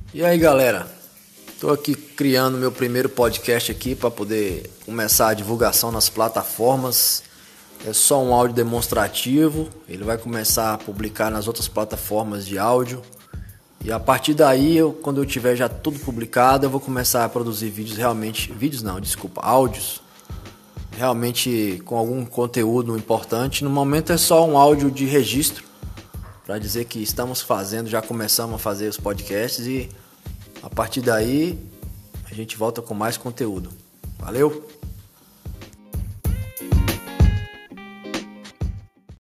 E aí, galera, estou aqui criando meu primeiro podcast aqui para poder começar a divulgação nas plataformas. É só um áudio demonstrativo, ele vai começar a publicar nas outras plataformas de áudio. E a partir daí, quando eu tiver já tudo publicado, eu vou começar a produzir áudios, realmente com algum conteúdo importante. No momento é só um áudio de registro, para dizer que já começamos a fazer os podcasts e a partir daí a gente volta com mais conteúdo. Valeu!